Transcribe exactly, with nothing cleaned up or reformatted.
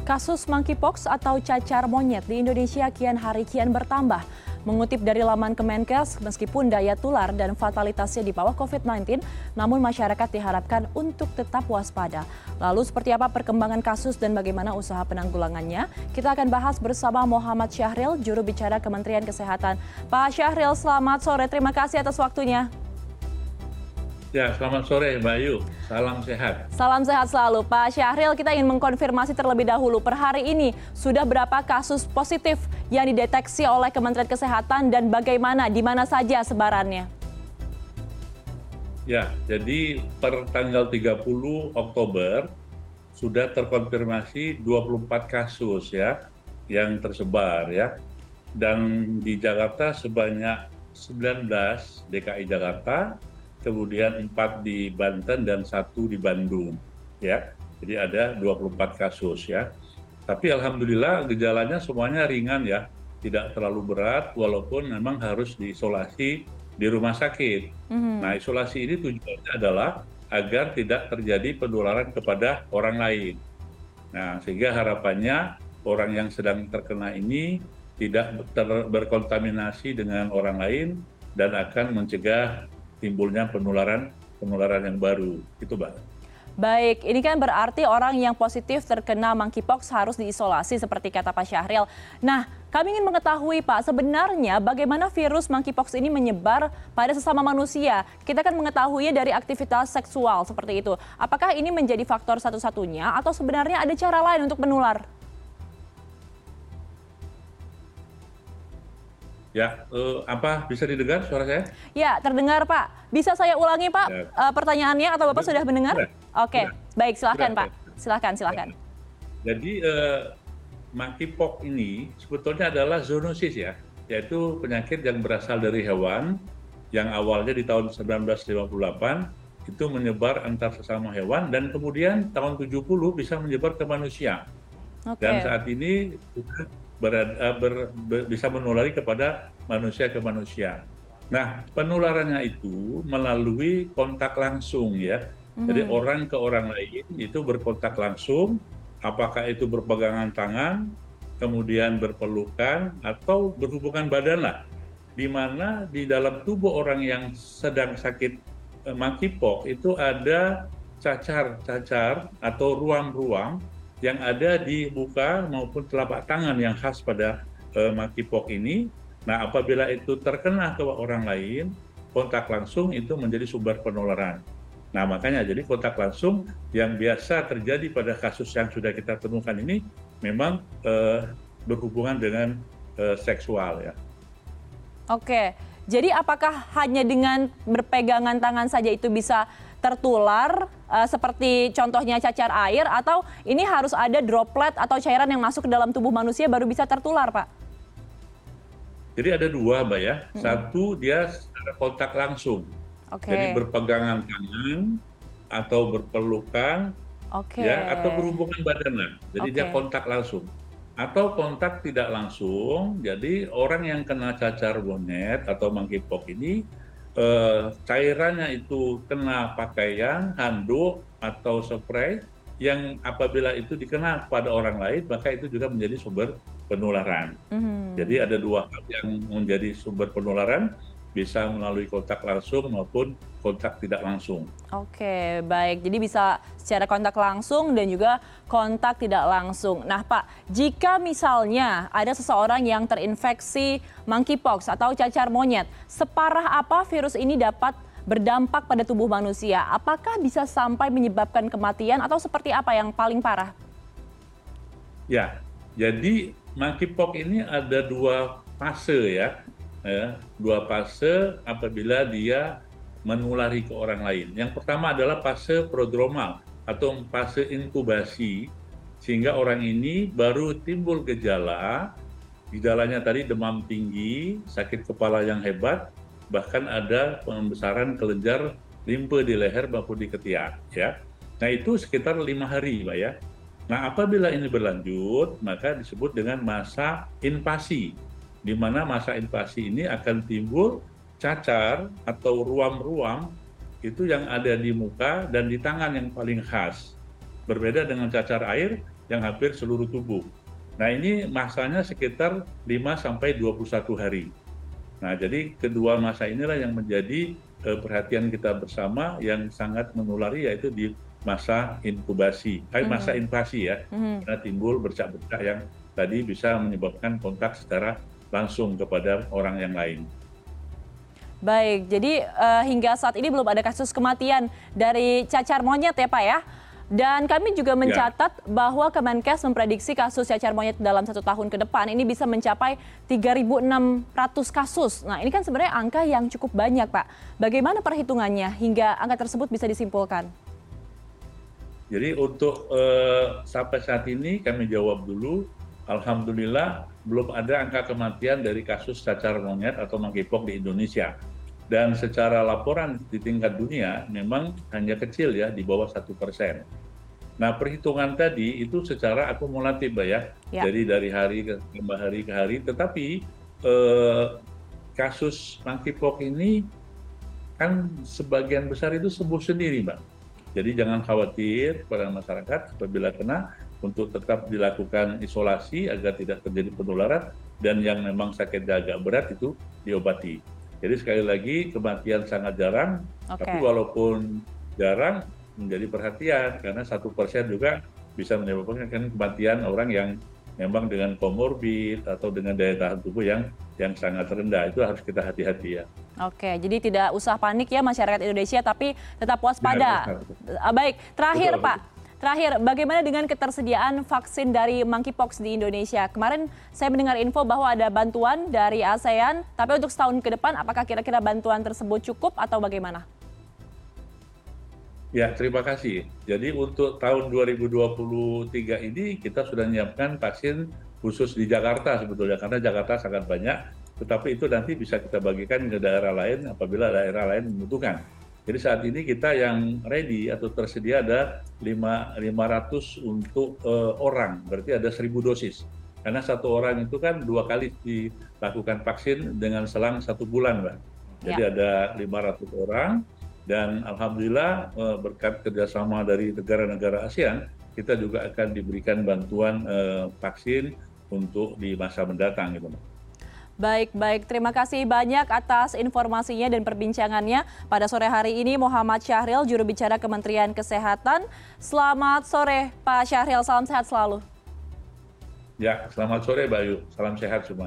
Kasus monkeypox atau cacar monyet di Indonesia kian hari kian bertambah. Mengutip dari laman Kemenkes, meskipun daya tular dan fatalitasnya di bawah covid sembilan belas, namun masyarakat diharapkan untuk tetap waspada. Lalu seperti apa perkembangan kasus dan bagaimana usaha penanggulangannya? Kita akan bahas bersama Muhammad Syahril, juru bicara Kementerian Kesehatan. Pak Syahril, selamat sore. Terima kasih atas waktunya. Ya, selamat sore Mbak Ayu. Salam sehat. Salam sehat selalu. Pak Syahril, kita ingin mengkonfirmasi terlebih dahulu. Per hari ini, sudah berapa kasus positif yang dideteksi oleh Kementerian Kesehatan dan bagaimana, di mana saja sebarannya? Ya, jadi per tanggal tiga puluh Oktober sudah terkonfirmasi dua puluh empat kasus ya yang tersebar ya. Dan di Jakarta sebanyak sembilan belas D K I Jakarta, kemudian empat di Banten dan satu di Bandung ya. Jadi ada dua puluh empat kasus ya. Tapi alhamdulillah gejalanya semuanya ringan ya, tidak terlalu berat walaupun memang harus diisolasi di rumah sakit. Mm-hmm. Nah, isolasi ini tujuannya adalah agar tidak terjadi penularan kepada orang lain. Nah, sehingga harapannya orang yang sedang terkena ini tidak ter- berkontaminasi dengan orang lain dan akan mencegah timbulnya penularan penularan yang baru. Itu, Mbak. Baik, ini kan berarti orang yang positif terkena monkeypox harus diisolasi seperti kata Pak Syahril. Nah, kami ingin mengetahui Pak, sebenarnya bagaimana virus monkeypox ini menyebar pada sesama manusia? Kita kan mengetahuinya dari aktivitas seksual seperti itu. Apakah ini menjadi faktor satu-satunya atau sebenarnya ada cara lain untuk menular? Ya, uh, apa bisa didengar suara saya? Ya, terdengar Pak. Bisa saya ulangi Pak ya. uh, pertanyaannya atau Bapak sudah mendengar? Sudah. Oke, sudah. Baik silakan sudah. Pak. Silakan, silakan. Ya. Jadi uh, monkeypox ini sebetulnya adalah zoonosis ya, yaitu penyakit yang berasal dari hewan yang awalnya di tahun seribu sembilan ratus lima puluh delapan itu menyebar antar sesama hewan dan kemudian tahun tujuh puluh bisa menyebar ke manusia. Okay. Dan saat ini Berada, ber, ber, bisa menulari kepada manusia ke manusia. Nah, penularannya itu melalui kontak langsung ya. Mm-hmm. Jadi orang ke orang lain itu berkontak langsung, apakah itu berpegangan tangan, kemudian berpelukan atau berhubungan badan lah. Di mana di dalam tubuh orang yang sedang sakit eh, monkeypox itu ada cacar-cacar atau ruam-ruam yang ada di muka maupun telapak tangan yang khas pada uh, monkeypox ini. Nah, apabila itu terkena ke orang lain, kontak langsung itu menjadi sumber penularan. Nah, makanya jadi kontak langsung yang biasa terjadi pada kasus yang sudah kita temukan ini memang uh, berhubungan dengan uh, seksual ya. Oke, jadi apakah hanya dengan berpegangan tangan saja itu bisa tertular uh, seperti contohnya cacar air atau ini harus ada droplet atau cairan yang masuk ke dalam tubuh manusia baru bisa tertular, Pak? Jadi ada dua, Mbak ya. Hmm. Satu dia secara kontak langsung. Okay. Jadi berpegangan tangan atau berpelukan okay. ya atau berhubungan badan lah. Jadi okay. dia kontak langsung. Atau kontak tidak langsung. Jadi orang yang kena cacar monyet atau monkeypox ini Uh, cairannya itu kena pakaian, handuk atau spray yang apabila itu dikena pada orang lain maka itu juga menjadi sumber penularan. Mm-hmm. Jadi ada dua hal yang menjadi sumber penularan, bisa melalui kontak langsung maupun kontak tidak langsung. Oke, baik. Jadi bisa secara kontak langsung dan juga kontak tidak langsung. Nah, Pak, jika misalnya ada seseorang yang terinfeksi monkeypox atau cacar monyet, separah apa virus ini dapat berdampak pada tubuh manusia? Apakah bisa sampai menyebabkan kematian atau seperti apa yang paling parah? Ya, jadi monkeypox ini ada dua fase ya. Ya, dua fase apabila dia menulari ke orang lain. Yang pertama adalah fase prodromal atau fase inkubasi, sehingga orang ini baru timbul gejala, gejalanya tadi demam tinggi, sakit kepala yang hebat, bahkan ada pembesaran kelenjar limfe di leher maupun di ketiak. Ya. Nah itu sekitar lima hari, Pak ya. Nah apabila ini berlanjut, maka disebut dengan masa invasi, di mana masa invasi ini akan timbul cacar atau ruam-ruam itu yang ada di muka dan di tangan yang paling khas. Berbeda dengan cacar air, yang hampir seluruh tubuh. Nah, ini masanya sekitar lima sampai dua puluh satu hari. Nah, jadi kedua masa inilah yang menjadi eh, perhatian kita bersama yang sangat menulari, yaitu di masa inkubasi, eh, masa Mhm. invasi ya, Mhm. karena timbul bercak-bercak yang tadi bisa menyebabkan kontak secara langsung kepada orang yang lain. Baik, jadi eh, hingga saat ini belum ada kasus kematian dari cacar monyet ya Pak ya. Dan kami juga Ya. mencatat bahwa Kemenkes memprediksi kasus cacar monyet dalam satu tahun ke depan ini bisa mencapai tiga ribu enam ratus kasus. Nah ini kan sebenarnya angka yang cukup banyak Pak. Bagaimana perhitungannya hingga angka tersebut bisa disimpulkan? Jadi untuk eh, sampai saat ini kami jawab dulu, alhamdulillah belum ada angka kematian dari kasus cacar monyet atau monkeypox di Indonesia. Dan secara laporan di tingkat dunia memang hanya kecil ya, di bawah satu persen. Nah, perhitungan tadi itu secara akumulatif, Mbak ya. Ya. Jadi dari hari ke tambah hari ke hari, tetapi eh, kasus monkeypox ini kan sebagian besar itu sembuh sendiri, Mbak. Jadi jangan khawatir pada masyarakat apabila kena, untuk tetap dilakukan isolasi agar tidak terjadi penularan, dan yang memang sakitnya agak berat itu diobati. Jadi sekali lagi kematian sangat jarang, tapi Oke. walaupun jarang menjadi perhatian karena satu persen juga bisa menyebabkan kematian orang yang memang dengan komorbid atau dengan daya tahan tubuh yang yang sangat rendah. Itu harus kita hati-hati ya. Oke, jadi tidak usah panik ya masyarakat Indonesia, tapi tetap Tidak waspada. usah. Ah, Baik, terakhir Betul, Pak, betul. terakhir bagaimana dengan ketersediaan vaksin dari monkeypox di Indonesia? Kemarin saya mendengar info bahwa ada bantuan dari ASEAN, tapi untuk setahun ke depan apakah kira-kira bantuan tersebut cukup atau bagaimana? Ya, terima kasih. Jadi untuk tahun dua ribu dua puluh tiga ini kita sudah menyiapkan vaksin khusus di Jakarta sebetulnya, karena Jakarta sangat banyak, tetapi itu nanti bisa kita bagikan ke daerah lain apabila daerah lain membutuhkan. Jadi saat ini kita yang ready atau tersedia ada lima ratus untuk uh, orang, berarti ada seribu dosis. Karena satu orang itu kan dua kali dilakukan vaksin dengan selang satu bulan, Mbak. Jadi Ya. ada lima ratus orang, dan alhamdulillah berkat kerjasama dari negara-negara ASEAN, kita juga akan diberikan bantuan uh, vaksin untuk di masa mendatang gitu. Baik, baik. Terima kasih banyak atas informasinya dan perbincangannya pada sore hari ini. Muhammad Syahril, juru bicara Kementerian Kesehatan. Selamat sore Pak Syahril, salam sehat selalu. Ya, selamat sore Bayu, salam sehat semua.